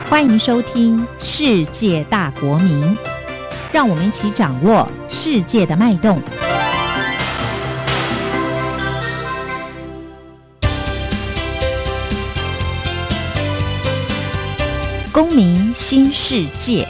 欢迎收听《世界大国民》，让我们一起掌握世界的脉动。公民新世界。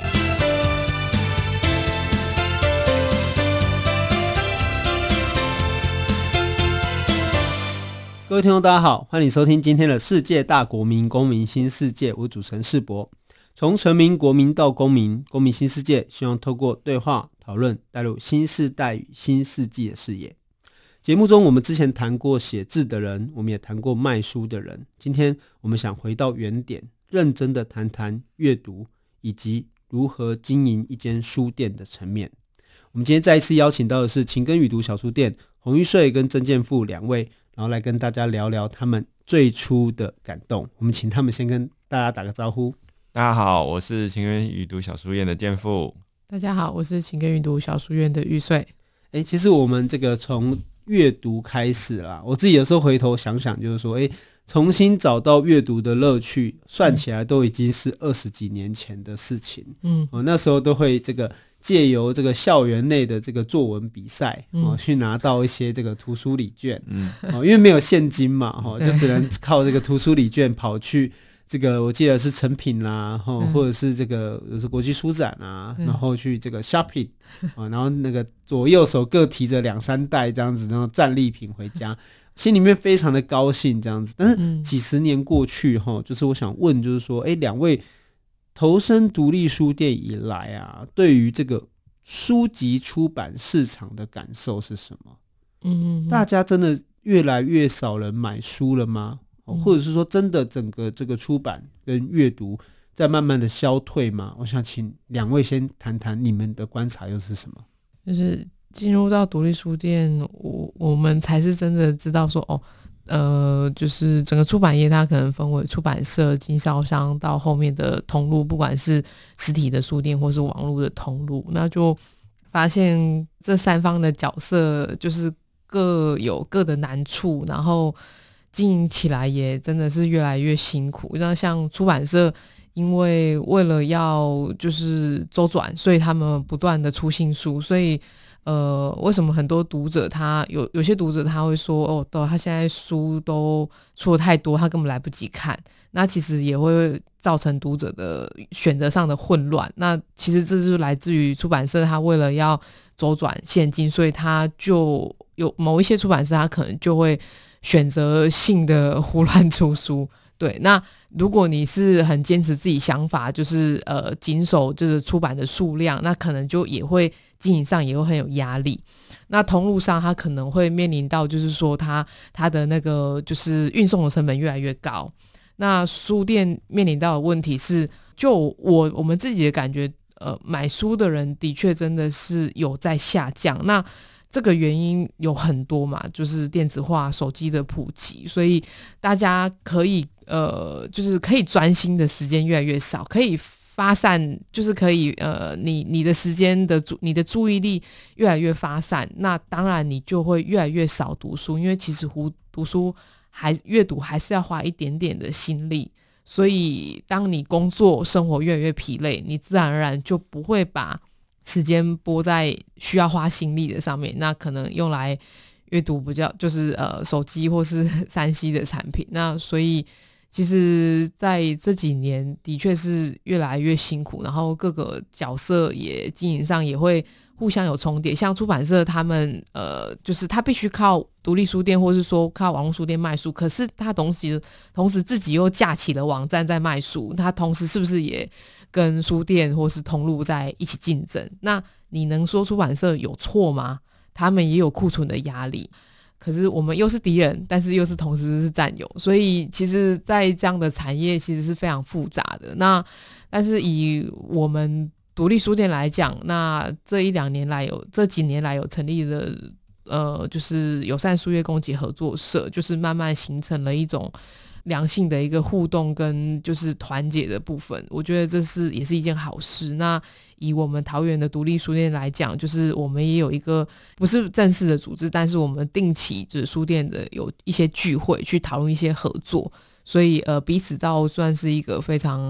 各位听众大家好，欢迎收听今天的世界大国民公民新世界，我是主持人世博。从全民国民到公民，公民新世界希望透过对话讨论带入新世代与新世纪的视野。节目中我们之前谈过写字的人，我们也谈过卖书的人，今天我们想回到原点，认真的谈谈阅读以及如何经营一间书店的层面。我们今天再一次邀请到的是晴耕语读小书店洪玉穗跟曾建富两位，然后来跟大家聊聊他们最初的感动。我们请他们先跟大家打个招呼。 大家好，我是晴耕语读小书院的建富。 大家好，我是晴耕语读小书院的玉穗。 其实我们这个从阅读开始啦，我自己有时候回头想想，就是说重新找到阅读的乐趣，算起来都已经是20几年前的事情。那时候都会这个借由这个校园内的这个作文比赛，去拿到一些这个图书礼券。因为没有现金嘛，就只能靠这个图书礼券跑去这个，我记得是成品啦，或者是这个有时国际书展啊，然后去这个 shopping，然后那个左右手各提着2-3袋这样子，然后战利品回家，心里面非常的高兴这样子。但是几十年过去，就是我想问，就是说，两位投身独立书店以来啊，对于这个书籍出版市场的感受是什么？大家真的越来越少人买书了吗？或者是说真的整个这个出版跟阅读在慢慢的消退吗？我想请两位先谈谈你们的观察又是什么？ 就是进入到独立书店，我们才是真的知道说就是整个出版业它可能分为出版社、经销商到后面的通路，不管是实体的书店或是网络的通路，那就发现这三方的角色就是各有各的难处，然后经营起来也真的是越来越辛苦。那像出版社，因为为了要就是周转，所以他们不断的出新书，所以为什么很多读者他有些读者他会说他现在书都出的太多，他根本来不及看，那其实也会造成读者的选择上的混乱。那其实这就是来自于出版社他为了要周转现金，所以他就有某一些出版社他可能就会选择性的胡乱出书。对，那如果你是很坚持自己想法，就是谨守就是出版的数量，那可能就也会经营上也会很有压力。那通路上他可能会面临到就是说他的那个就是运送的成本越来越高。那书店面临到的问题是，就我们自己的感觉，买书的人的确真的是有在下降。那这个原因有很多嘛，就是电子化、手机的普及，所以大家可以就是可以专心的时间越来越少，可以发散，就是可以你的时间的你的注意力越来越发散，那当然你就会越来越少读书，因为其实读书阅读还是要花一点点的心力，所以当你工作生活越来越疲累，你自然而然就不会把时间拨在需要花心力的上面，那可能用来阅读比较就是手机或是3C 的产品。那所以其实在这几年的确是越来越辛苦，然后各个角色也经营上也会互相有重叠。像出版社他们就是他必须靠独立书店或是说靠网络书店卖书，可是他同时自己又架起了网站在卖书，他同时是不是也跟书店或是通路在一起竞争？那你能说出版社有错吗？他们也有库存的压力，可是我们又是敌人，但是又是同时是战友，所以其实在这样的产业其实是非常复杂的。那但是以我们独立书店来讲，那这几年来有成立的就是友善书业供给合作社，就是慢慢形成了一种良性的一个互动跟就是团结的部分，我觉得这也是一件好事。那以我们桃园的独立书店来讲，就是我们也有一个不是正式的组织，但是我们定期就是书店的有一些聚会去讨论一些合作，所以彼此倒算是一个非常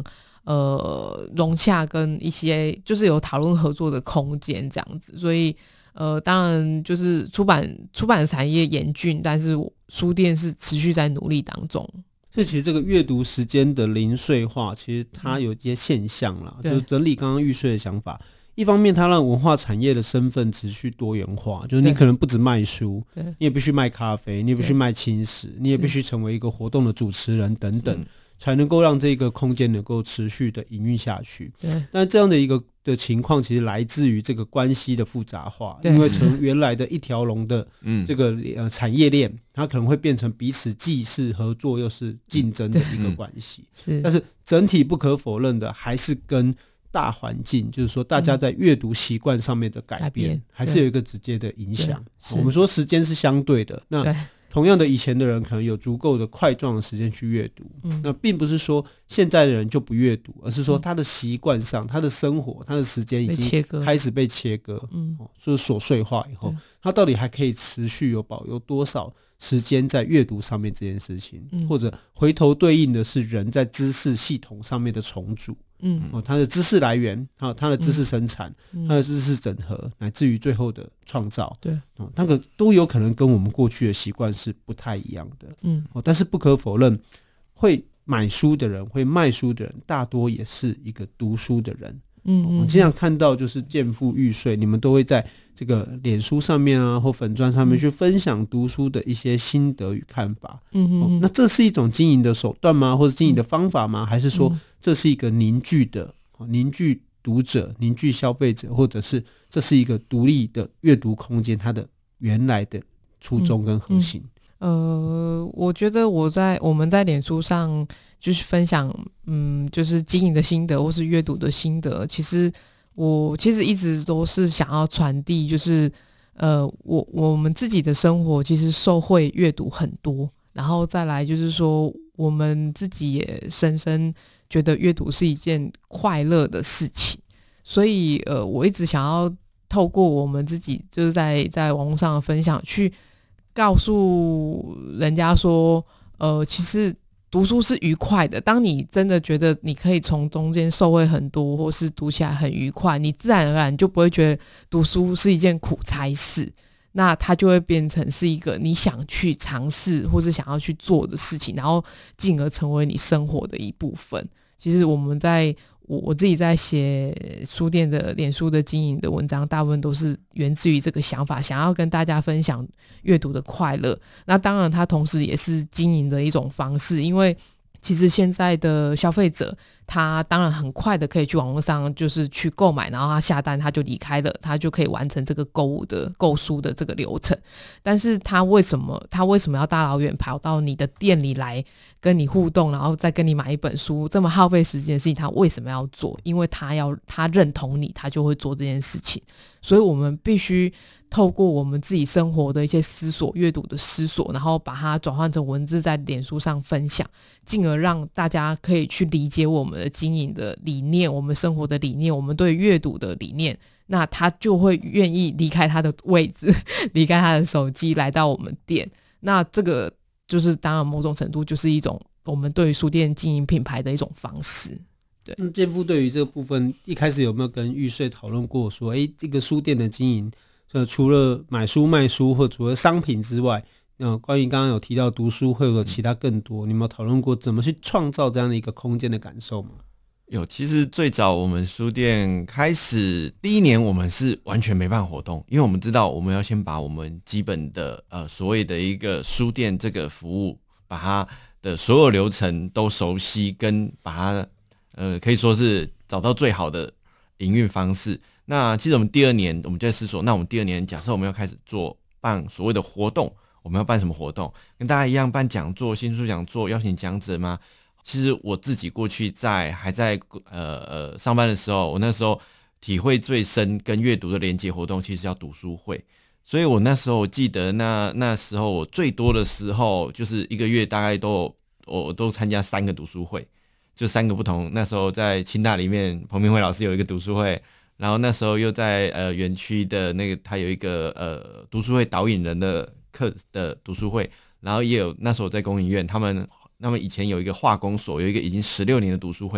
融洽跟一些就是有讨论合作的空间这样子。所以当然就是出版产业严峻，但是书店是持续在努力当中。 所以其实这个阅读时间的零碎化，其实它有一些现象啦，就是整理刚刚玉穗的想法。一方面，它让文化产业的身份持续多元化，就是你可能不只卖书，你也必须卖咖啡，你也必须卖轻食，你也必须成为一个活动的主持人等等，才能够让这个空间能够持续的营运下去。但这样的一个的情况，其实来自于这个关系的复杂化，因为从原来的一条龙的这个产业链，它可能会变成彼此既是合作又是竞争的一个关系。但是整体不可否认的还是跟大环境，就是说大家在阅读习惯上面的改变，还是有一个直接的影响。我们说时间是相对的，那同样的以前的人可能有足够的块状的时间去阅读，那并不是说现在的人就不阅读，而是说他的习惯上，他的生活，他的时间已经开始被切割，就是琐碎化以后，他到底还可以持续有保留多少时间在阅读上面这件事情，或者回头对应的是人在知识系统上面的重组，它的知识来源，它的知识生产，它的知识整合，乃至于最后的创造，那个都有可能跟我们过去的习惯是不太一样的。但是不可否认，会买书的人，会卖书的人，大多也是一个读书的人。我经常看到就是健父玉穗，你们都会在这个脸书上面啊，或粉专上面去分享读书的一些心得与看法。那这是一种经营的手段吗？或者经营的方法吗？还是说这是一个凝聚读者、凝聚消费者，或者是这是一个独立的阅读空间，它的原来的初衷跟核心？ 我觉得我们在脸书上就是分享，就是经营的心得或是阅读的心得。我其实一直都是想要传递，就是我们自己的生活其实受惠阅读很多，然后再来就是说我们自己也深深觉得阅读是一件快乐的事情，所以我一直想要透过我们自己就是在网络上的分享去告诉人家说，其实读书是愉快的。当你真的觉得你可以从中间受惠很多，或是读起来很愉快，你自然而然就不会觉得读书是一件苦差事，那它就会变成是一个你想去尝试或是想要去做的事情，然后进而成为你生活的一部分。其实我自己在写书店的脸书的经营的文章，大部分都是源自于这个想法，想要跟大家分享阅读的快乐。那当然它同时也是经营的一种方式，因为其实现在的消费者他当然很快的可以去网络上就是去购买，然后他下单他就离开了，他就可以完成这个购书的这个流程。但是他为什么要大老远跑到你的店里来跟你互动，然后再跟你买一本书，这么耗费时间的事情，他为什么要做？因为他认同你，他就会做这件事情。所以我们必须透过我们自己生活的一些思索，阅读的思索，然后把它转换成文字在脸书上分享，进而让大家可以去理解我们的经营的理念，我们生活的理念，我们对阅读的理念。那他就会愿意离开他的位置，离开他的手机，来到我们店。那这个就是当然某种程度就是一种我们对于书店经营品牌的一种方式。对， 健父对于这个部分一开始有没有跟玉穗讨论过说，这个书店的经营，除了买书卖书或除了商品之外，关于刚刚有提到读书会有其他更多，你有没有讨论过怎么去创造这样的一个空间的感受吗？ 有，其实最早我们书店开始第一年，我们是完全没办活动，因为我们知道我们要先把我们基本的所谓的一个书店这个服务，把它的所有流程都熟悉，跟把它可以说是找到最好的营运方式。那其实我们第二年我们就在思索，那我们第二年假设我们要开始办所谓的活动，我们要办什么活动？跟大家一样办讲座、新书讲座，邀请讲者吗？其实我自己过去还在上班的时候，我那时候体会最深跟阅读的连结活动，其实叫读书会。所以我那时候我记得那时候我最多的时候，就是一个月大概我都参加3个读书会，就3个不同。那时候在清大里面，彭明辉老师有一个读书会，然后那时候又在园区的那个他有一个读书会导引人的课的读书会，然后也有那时候在工研院他们以前有一个化工所，有一个已经16年的读书会，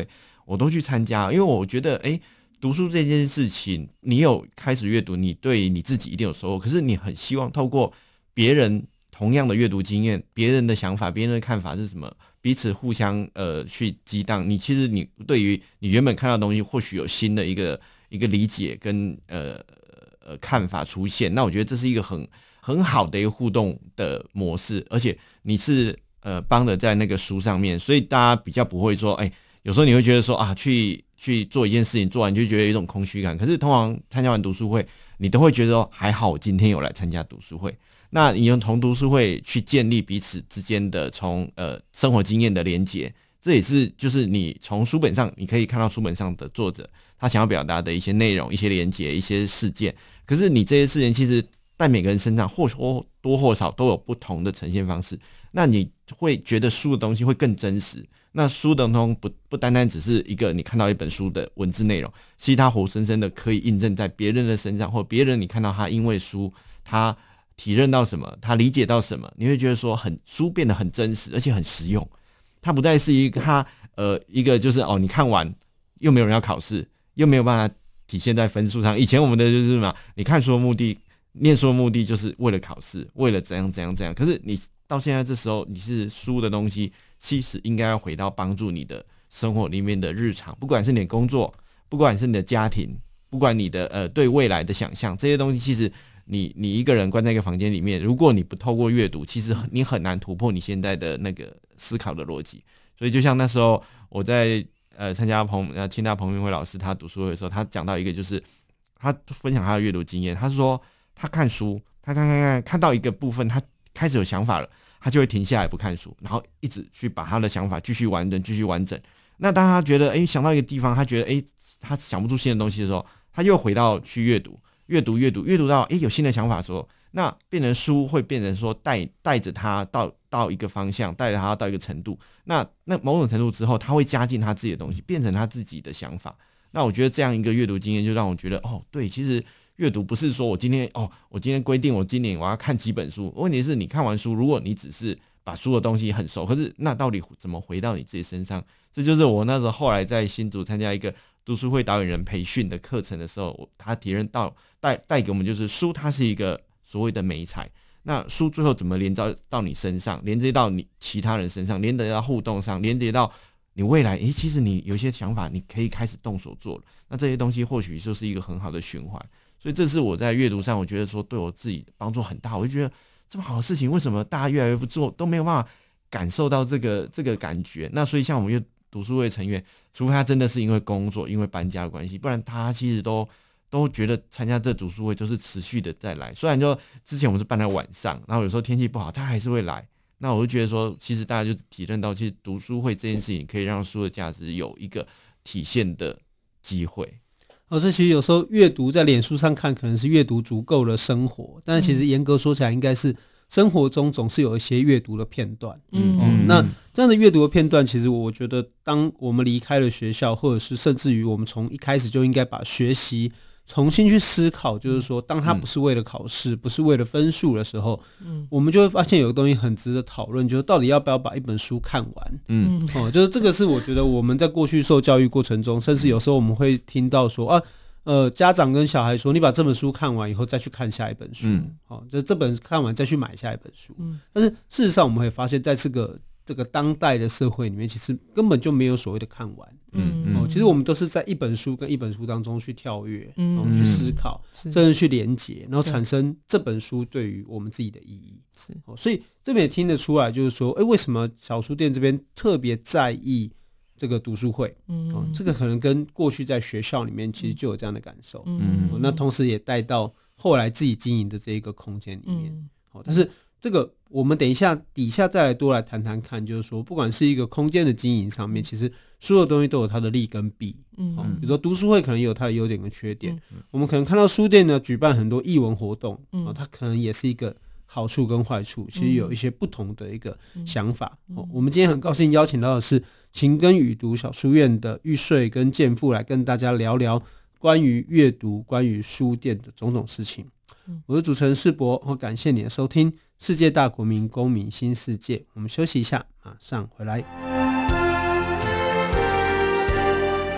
我都去参加，因为我觉得读书这件事情，你有开始阅读，你对你自己一定有收获，可是你很希望透过别人同样的阅读经验，别人的想法，别人的看法是什么，彼此互相去激荡，其实你对于你原本看到的东西或许有新的一个理解跟看法出现，那我觉得这是一个很好的一个互动的模式，而且你是帮的在那个书上面，所以大家比较不会说有时候你会觉得说啊去做一件事情，做完就觉得有一种空虚感，可是通常参加完读书会你都会觉得说还好我今天有来参加读书会，那你用同读书会去建立彼此之间的从生活经验的连结，这也是就是你从书本上你可以看到书本上的作者他想要表达的一些内容、一些连结、一些事件，可是你这些事情其实在每个人身上或多或少都有不同的呈现方式，那你会觉得书的东西会更真实。那书的东西不单单只是一个你看到一本书的文字内容，其实它活生生的可以印证在别人的身上，或别人你看到他因为书他体认到什么，他理解到什么，你会觉得说书变得很真实，而且很实用。它不再是一个就是你看完又没有人要考试，又没有办法体现在分数上。以前我们的就是什么，你看书的目的、念书的目的就是为了考试，为了怎样。可是你到现在这时候，你是书的东西，其实应该要回到帮助你的生活里面的日常，不管是你的工作，不管是你的家庭，不管你的对未来的想象，这些东西其实你一个人关在一个房间里面，如果你不透过阅读，其实你很难突破你现在的那个思考的逻辑。所以就像那时候我在参加清大彭明辉老师他读书会的时候，他讲到一个就是他分享他的阅读经验，他说他看书，他看到一个部分，他开始有想法了，他就会停下来不看书，然后一直去把他的想法继续完整。那当他觉得想到一个地方，他觉得他想不出新的东西的时候，他又回到去阅读到有新的想法的时候，那变成书会变成说带着他到一个方向，带着他到一个程度，那某种程度之后，他会加进他自己的东西，变成他自己的想法。那我觉得这样一个阅读经验就让我觉得对，其实阅读不是说我今天规定我今年我要看几本书，问题是你看完书，如果你只是把书的东西很熟，可是那到底怎么回到你自己身上？这就是我那时候后来在新竹参加一个读书会导演人培训的课程的时候，他体认到带给我们就是书它是一个所谓的媒材，那书最后怎么连接到你身上，连接到你其他人身上，连接到互动上，连接到你未来其实你有一些想法你可以开始动手做了，那这些东西或许就是一个很好的循环。所以这是我在阅读上我觉得说对我自己帮助很大，我就觉得这么好的事情为什么大家越来越不做，都没有办法感受到这个感觉。那所以像我们读书会成员，除非他真的是因为工作因为搬家的关系，不然他其实都觉得参加这读书会就是持续的再来。虽然就之前我们是办在晚上，然后有时候天气不好他还是会来，那我就觉得说其实大家就体认到其实读书会这件事情可以让书的价值有一个体现的机会。 这其实有时候阅读在脸书上看可能是阅读足够了生活，但是其实严格说起来应该是生活中总是有一些阅读的片段。那这样的阅读的片段，其实我觉得当我们离开了学校，或者是甚至于我们从一开始就应该把学习重新去思考，就是说当它不是为了考试，不是为了分数的时候，我们就会发现有个东西很值得讨论，就是到底要不要把一本书看完。就是这个是我觉得我们在过去受教育过程中，甚至有时候我们会听到说家长跟小孩说你把这本书看完以后再去看下一本书，就是这本看完再去买下一本书。但是事实上我们会发现在这个当代的社会里面，其实根本就没有所谓的看完。其实我们都是在一本书跟一本书当中去跳跃，去思考，甚至去连结，然后产生这本书对于我们自己的意义。所以这边也听得出来，就是说为什么小书店这边特别在意这个读书会。这个可能跟过去在学校里面其实就有这样的感受。那同时也带到后来自己经营的这一个空间里面。但是这个我们等一下底下再来多来谈谈看，就是说不管是一个空间的经营上面，其实所有东西都有它的利跟弊。比如说读书会可能有它的优点跟缺点，我们可能看到书店呢举办很多艺文活动，它可能也是一个好处跟坏处，其实有一些不同的一个想法。我们今天很高兴邀请到的是情根语读小书院的玉穗跟健富来跟大家聊聊关于阅读、关于书店的种种事情。我是主持人世博，感谢你的收听。世界大国民公民新世界，我们休息一下，马上回来。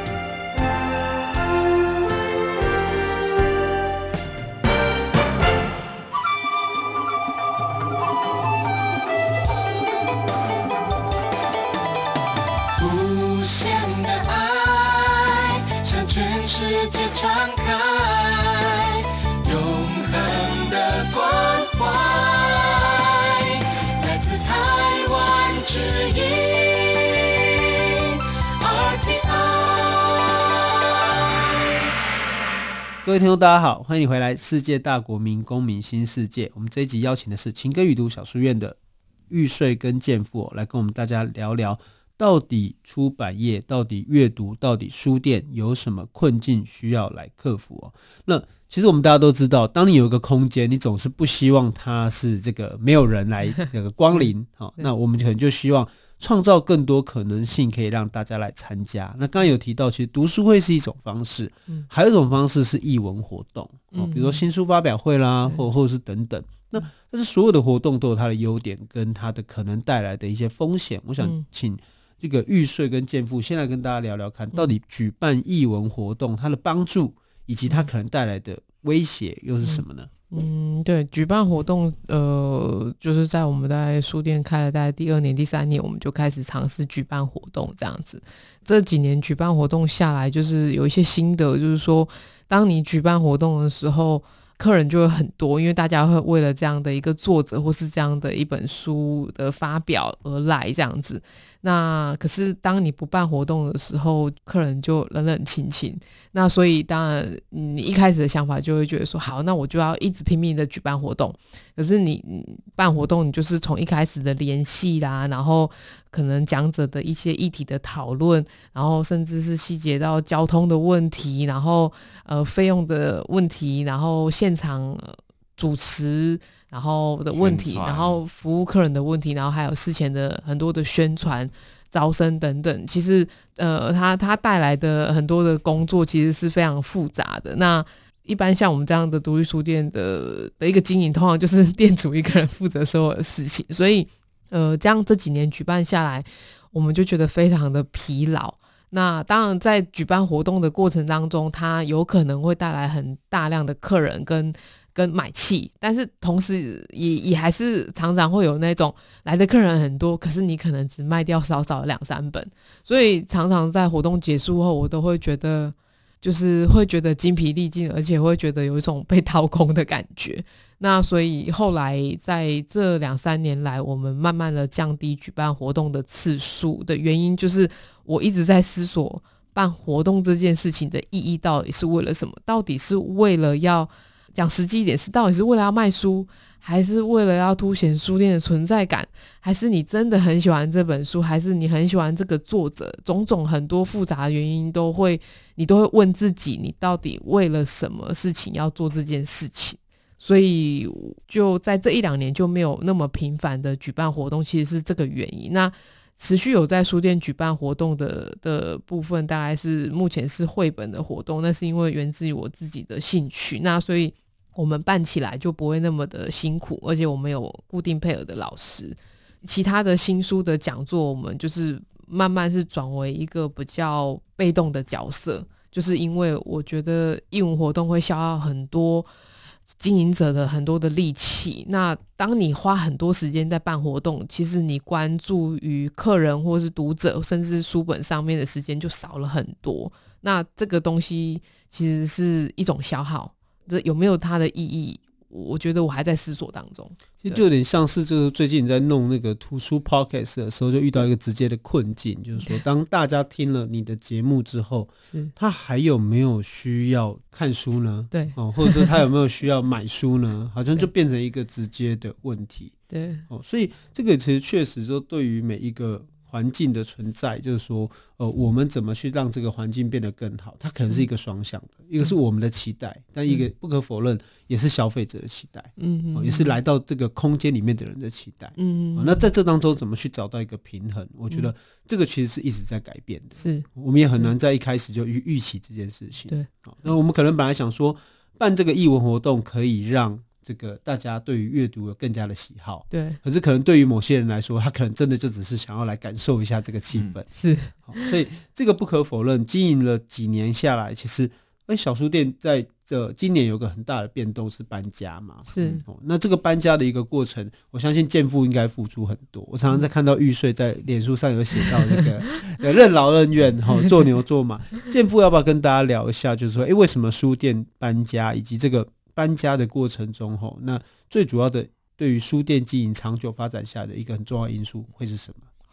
各位听众大家好，欢迎回来世界大国民公民新世界。我们这一集邀请的是情歌阅读小书院的玉穗跟健父，来跟我们大家聊聊到底出版业，到底阅读，到底书店有什么困境需要来克服。那其实我们大家都知道，当你有一个空间，你总是不希望它是这个没有人来这个光临那我们可能就希望创造更多可能性可以让大家来参加。那刚刚有提到其实读书会是一种方式，还有一种方式是艺文活动，比如说新书发表会啦，或者是等等。那但是所有的活动都有它的优点跟它的可能带来的一些风险。我想请这个玉穗跟健父先来跟大家聊聊看，到底举办艺文活动它的帮助以及它可能带来的威胁又是什么呢？ 对，举办活动，就是在我们在书店开了大概第2年、第3年，我们就开始尝试举办活动这样子。这几年举办活动下来，就是有一些心得，就是说，当你举办活动的时候，客人就会很多，因为大家会为了这样的一个作者或是这样的一本书的发表而来这样子。那可是当你不办活动的时候，客人就冷冷清清。那所以当然你一开始的想法就会觉得说，好，那我就要一直拼命的举办活动。可是你办活动，你就是从一开始的联系啦，然后可能讲者的一些议题的讨论，然后甚至是细节到交通的问题，然后费用的问题，然后现场主持然后的问题，然后服务客人的问题，然后还有事前的很多的宣传、招生等等。其实它带来的很多的工作其实是非常复杂的。那一般像我们这样的独立书店的一个经营，通常就是店主一个人负责所有的事情，所以这样这几年举办下来，我们就觉得非常的疲劳。那当然在举办活动的过程当中，它有可能会带来很大量的客人跟买气，但是同时也还是常常会有那种来的客人很多，可是你可能只卖掉少少的2-3本，所以常常在活动结束后，我都会觉得就是会觉得精疲力尽，而且会觉得有一种被掏空的感觉。那所以后来在这2-3年来，我们慢慢的降低举办活动的次数的原因，就是我一直在思索办活动这件事情的意义到底是为了什么，到底是为了要讲实际一点，是到底是为了要卖书，还是为了要凸显书店的存在感，还是你真的很喜欢这本书，还是你很喜欢这个作者，种种很多复杂的原因你都会问自己，你到底为了什么事情要做这件事情。所以就在这1-2年就没有那么频繁的举办活动，其实是这个原因。那持续有在书店举办活动的部分，大概是目前是绘本的活动，那是因为源自于我自己的兴趣，那所以我们办起来就不会那么的辛苦，而且我们有固定配额的老师。其他的新书的讲座，我们就是慢慢是转为一个比较被动的角色，就是因为我觉得艺文活动会消耗很多经营者的很多的力气，那当你花很多时间在办活动，其实你关注于客人或是读者甚至书本上面的时间就少了很多。那这个东西其实是一种消耗，这有没有它的意义，我觉得我还在思索当中。 其实就有点像是就是最近你在弄那个图书 podcast 的时候，就遇到一个直接的困境，就是说当大家听了你的节目之后，他还有没有需要看书呢？对，或者说他有没有需要买书呢？好像就变成一个直接的问题。对，所以这个其实确实说对于每一个环境的存在，就是说我们怎么去让这个环境变得更好，它可能是一个双向的，一个是我们的期待，但一个不可否认也是消费者的期待，也是来到这个空间里面的人的期待。那在这当中怎么去找到一个平衡，我觉得这个其实是一直在改变的，是我们也很难在一开始就预期这件事情。对，那我们可能本来想说办这个艺文活动可以让这个大家对于阅读有更加的喜好，对，可是可能对于某些人来说，他可能真的就只是想要来感受一下这个气氛，是，所以这个不可否认，经营了几年下来，其实小书店在今年有个很大的变动是搬家嘛，是，那这个搬家的一个过程，我相信健父应该付出很多。我常常在看到玉穗在脸书上有写到这个任劳任怨，做牛做马。健父要不要跟大家聊一下，就是说，为什么书店搬家，以及这个搬家的过程中，那最主要的对于书店经营长久发展下的一个很重要的因素会是什么？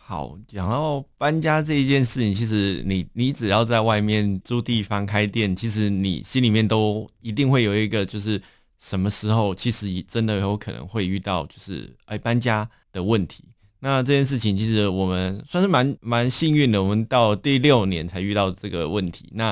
好，讲到搬家这一件事情，其实你只要在外面租地方开店，其实你心里面都一定会有一个，就是什么时候其实真的有可能会遇到就是搬家的问题。那这件事情其实我们算是蛮幸运的，我们到第6年才遇到这个问题。那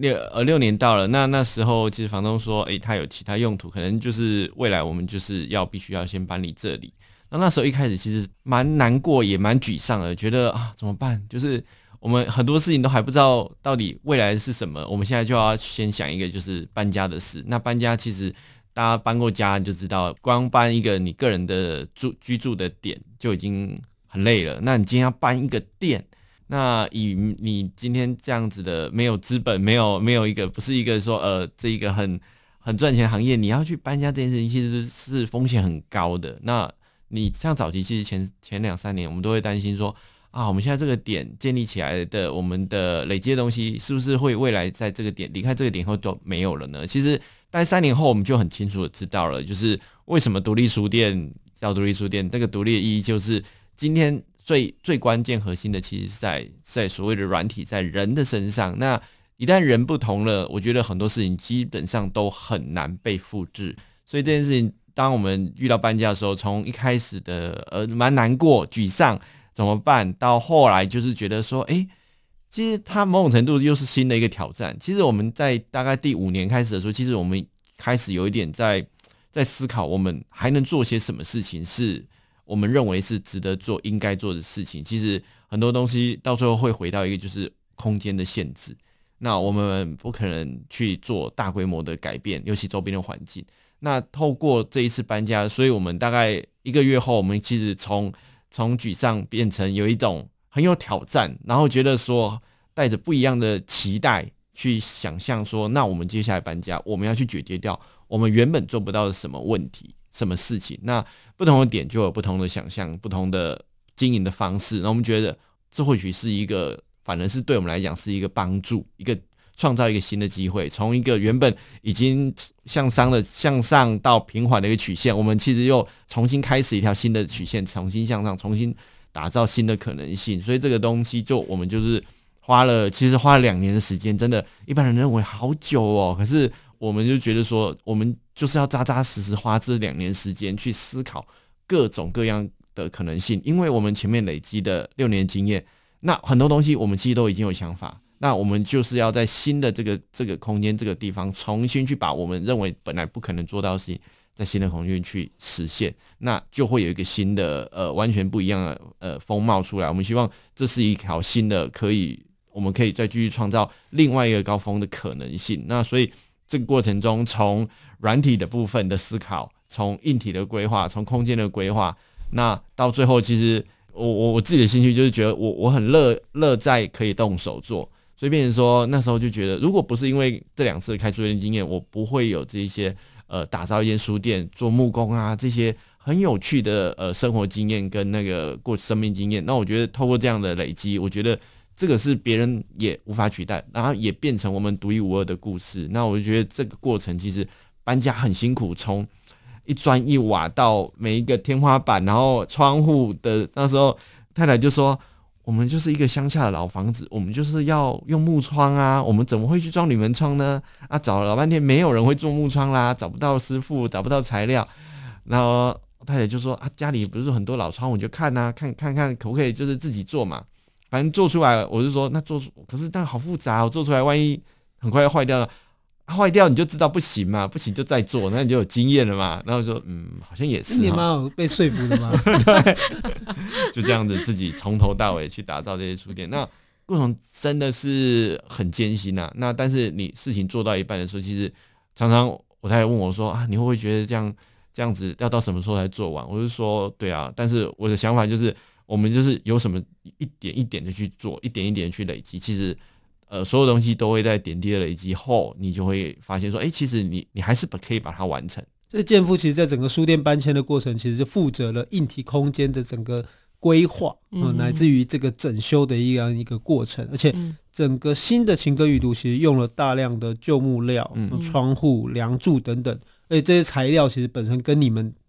6年到了，那时候其实房东说，他有其他用途，可能就是未来我们就是必须要先搬离这里。那时候一开始其实蛮难过，也蛮沮丧的，觉得怎么办？就是我们很多事情都还不知道到底未来是什么，我们现在就要先想一个就是搬家的事。那搬家其实大家搬过家你就知道，光搬一个你个人的居住的点就已经很累了。那你今天要搬一个店，那以你今天这样子的没有资本，没有一个不是一个说这一个很赚钱的行业，你要去搬家这件事情其实是风险很高的。那你像早期其实前2-3年我们都会担心说我们现在这个点建立起来的我们的累积的东西是不是会未来在这个点离开这个点后都没有了呢？其实大概3年后我们就很清楚的知道了，就是为什么独立书店叫独立书店，这个独立的意义就是今天最关键核心的其实是在所谓的软体，在人的身上。那一旦人不同了，我觉得很多事情基本上都很难被复制。所以这件事情当我们遇到搬家的时候，从一开始的蛮难过沮丧怎么办，到后来就是觉得说其实它某种程度又是新的一个挑战。其实我们在大概第5年开始的时候，其实我们开始有一点在思考我们还能做些什么事情是我们认为是值得做应该做的事情。其实很多东西到最后会回到一个就是空间的限制，那我们不可能去做大规模的改变，尤其周边的环境。那透过这一次搬家，所以我们大概1个月后，我们其实从沮丧变成有一种很有挑战，然后觉得说带着不一样的期待去想象说，那我们接下来搬家，我们要去解决掉我们原本做不到的什么问题、什么事情。那不同的点就有不同的想象、不同的经营的方式。那我们觉得这或许是一个，反而是对我们来讲是一个帮助，一个创造一个新的机会，从一个原本已经向上到平缓的一个曲线，我们其实又重新开始一条新的曲线，重新向上，重新打造新的可能性。所以这个东西我们就是花了2年的时间，真的一般人认为好久哦，可是我们就觉得说，我们就是要扎扎实实花这2年时间去思考各种各样的可能性，因为我们前面累积的6年经验，那很多东西我们其实都已经有想法。那我们就是要在新的这个空间这个地方重新去把我们认为本来不可能做到的事情，在新的空间去实现，那就会有一个新的完全不一样的风貌出来。我们希望这是一条新的我们可以再继续创造另外一个高峰的可能性。那所以这个过程中，从软体的部分的思考，从硬体的规划，从空间的规划，那到最后其实我自己的兴趣就是觉得我很乐在可以动手做。所以变成说那时候就觉得，如果不是因为这2次开书店经验，我不会有这些打造一间书店、做木工啊这些很有趣的生活经验跟那个过生命经验。那我觉得透过这样的累积，我觉得这个是别人也无法取代，然后也变成我们独一无二的故事。那我就觉得这个过程其实搬家很辛苦，从一砖一瓦到每一个天花板，然后窗户的，那时候太太就说，我们就是一个乡下的老房子，我们就是要用木窗啊，我们怎么会去装铝门窗呢？找了老半天没有人会做木窗啦，找不到师傅，找不到材料。然后太太就说家里不是很多老窗，我就看可不可以就是自己做嘛。反正做出来，我就说那可是但好复杂，我做出来万一很快要坏掉了。坏掉你就知道不行嘛，不行就再做，那你就有经验了嘛。然后说好像也是， 你蛮有被说服的吗？ 对，就这样子自己从头到尾去打造这些书店，那过程真的是很艰辛啊。那但是你事情做到一半的时候，其实常常我太太问我说你会不会觉得这样子要到什么时候才做完？我就说对啊，但是我的想法就是我们就是有什么一点一点的去做，一点一点的去累积，其实所有东西都会在点滴的累积后，你就会发现说其实你还是可以把它完成。 这建富其实在整个书店搬迁的过程，其实就负责了硬体空间的整个规划，乃至于这个整修的一个过程。而且整个新的情歌阅读其实用了大量的旧木料、窗户、梁柱等等，而且这些材料其实本身跟你们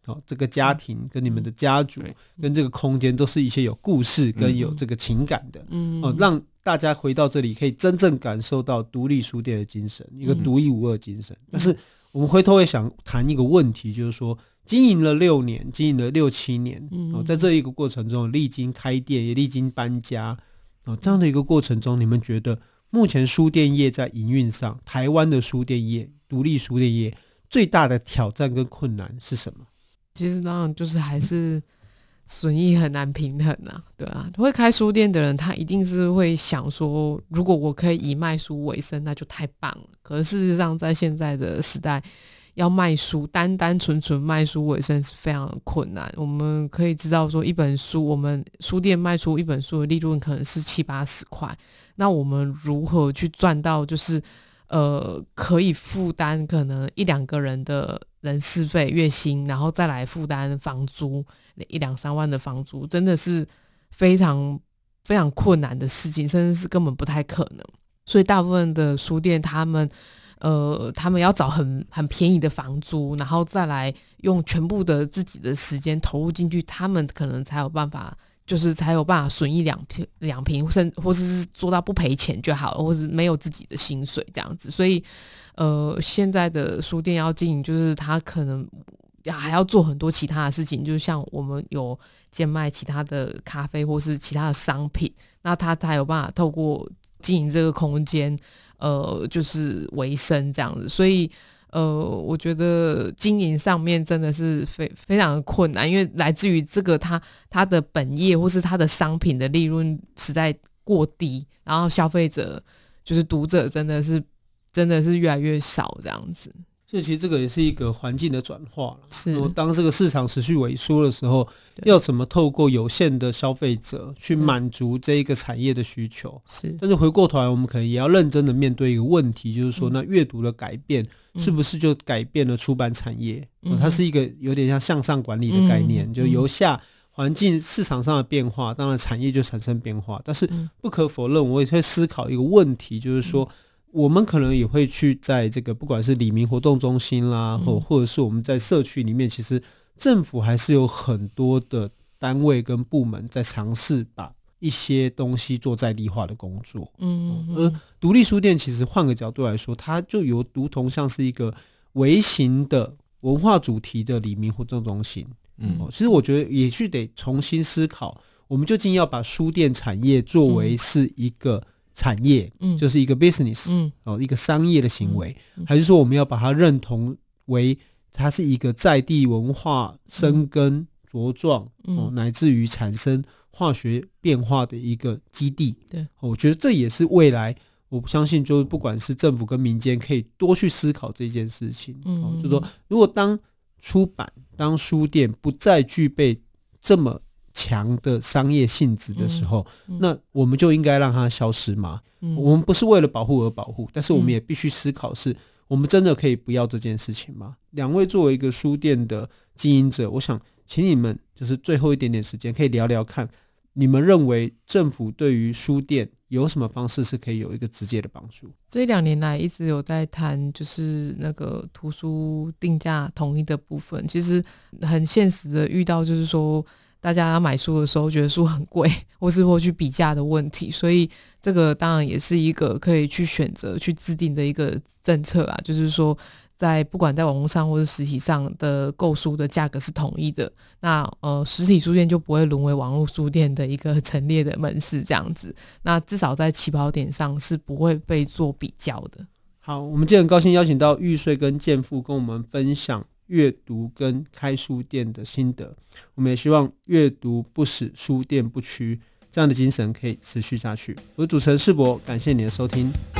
这个家庭跟你们的家族跟这个空间都是一些有故事跟有这个情感的，让大家回到这里可以真正感受到独立书店的精神，一个独一无二的精神。但是我们回头也想谈一个问题，就是说经营了6年，经营了6、7年，在这一个过程中历经开店也历经搬家，这样的一个过程中，你们觉得目前书店业在营运上，台湾的书店业独立书店业最大的挑战跟困难是什么？ 其实当然就是还是损益很难平衡啊，对啊，会开书店的人他一定是会想说，如果我可以以卖书为生，那就太棒了。可是事实上在现在的时代，要卖书单纯卖书为生是非常的困难。我们可以知道说，一本书我们书店卖出一本书的利润可能是70-80块，那我们如何去赚到就是可以负担可能1-2个人的人事费月薪，然后再来负担房租1-2-3万的房租，真的是非常非常困难的事情，甚至是根本不太可能。所以大部分的书店他们要找很便宜的房租，然后再来用全部的自己的时间投入进去，他们可能才有办法损益两平，或是做到不赔钱就好了，或是没有自己的薪水这样子。所以现在的书店要经营，就是他可能还要做很多其他的事情，就像我们有兼卖其他的咖啡或是其他的商品，那他才有办法透过经营这个空间就是维生这样子。所以我觉得经营上面真的是非常的困难，因为来自于这个他的本业或是他的商品的利润实在过低，然后消费者就是读者真的是越来越少这样子。 所以其实这个也是一个环境的转化了。 是， 当这个市场持续萎缩的时候，要怎么透过有限的消费者去满足这一个产业的需求？ 是。 但是回过头来，我们可能也要认真的面对一个问题，就是说，那阅读的改变是不是就改变了出版产业？它是一个有点像向上管理的概念，就由下环境市场上的变化，当然产业就产生变化。但是不可否认，我也会思考一个问题，就是说，我们可能也会去在这个不管是里民活动中心啦，或者是我们在社区里面，其实政府还是有很多的单位跟部门在尝试把一些东西做在地化的工作。而独立书店其实换个角度来说，它就如同像是一个微型的文化主题的里民活动中心。其实我觉得也许得重新思考，我们究竟要把书店产业作为是一个产业，就是一个 business，一个商业的行为，还是说我们要把它认同为它是一个在地文化生根茁壮，乃至于产生化学变化的一个基地。对，我觉得这也是未来我相信就是不管是政府跟民间可以多去思考这件事情。就是说如果当出版当书店不再具备这么强的商业性质的时候，那我们就应该让它消失吗？我们不是为了保护而保护，但是我们也必须思考，是我们真的可以不要这件事情吗？两位作为一个书店的经营者，我想请你们就是最后一点点时间可以聊聊看，你们认为政府对于书店有什么方式是可以有一个直接的帮助？ 这2年来一直有在谈就是那个图书定价统一的部分，其实很现实的遇到就是说大家要买书的时候觉得书很贵，或是会去比价的问题，所以这个当然也是一个可以去选择去制定的一个政策啊，就是说在不管在网络上或是实体上的购书的价格是统一的，那实体书店就不会沦为网络书店的一个陈列的门市这样子，那至少在起跑点上是不会被做比较的。 好，我们今天很高兴邀请到玉穗跟建富跟我们分享阅读跟开书店的心得，我们也希望阅读不死，书店不屈，这样的精神可以持续下去。我是主持人世博，感谢你的收听。